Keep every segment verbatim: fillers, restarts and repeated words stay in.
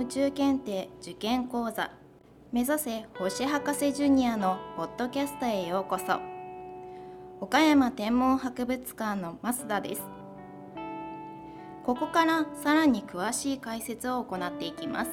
宇宙検定受験講座目指せ星博士ジュニアのポッドキャストへようこそ。岡山天文博物館の増田です。ここからさらに詳しい解説を行っていきます。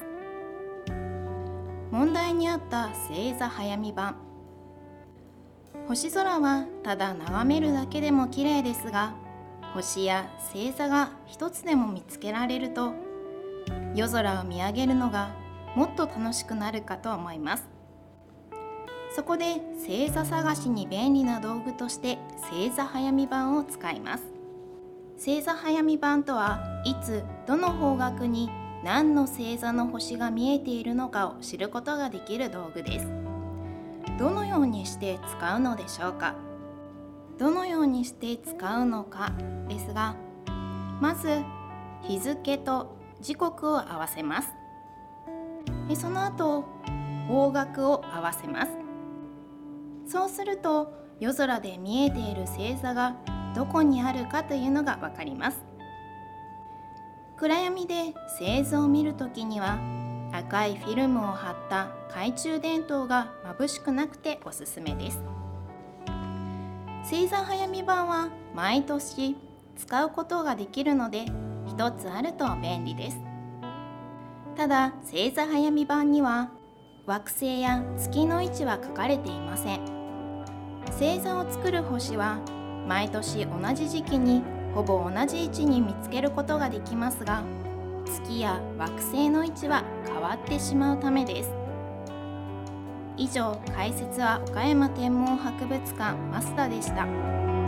問題にあった星座早見版。星空はただ眺めるだけでも綺麗ですが、星や星座が一つでも見つけられると、夜空を見上げるのがもっと楽しくなるかと思います。そこで星座探しに便利な道具として星座早見版を使います。星座早見版とは、いつどの方角に何の星座の星が見えているのかを知ることができる道具です。どのようにして使うのでしょうか。どのようにして使うのかですが、まず日付と時刻を合わせます。その後方角を合わせます。そうすると夜空で見えている星座がどこにあるかというのがわかります。暗闇で星座を見るときには、赤いフィルムを貼った懐中電灯が眩しくなくておすすめです。星座早見版は毎年使うことができるので、一つあると便利です。ただ星座早見版には惑星や月の位置は書かれていません。星座を作る星は毎年同じ時期にほぼ同じ位置に見つけることができますが、月や惑星の位置は変わってしまうためです。以上、解説は岡山天文博物館増田でした。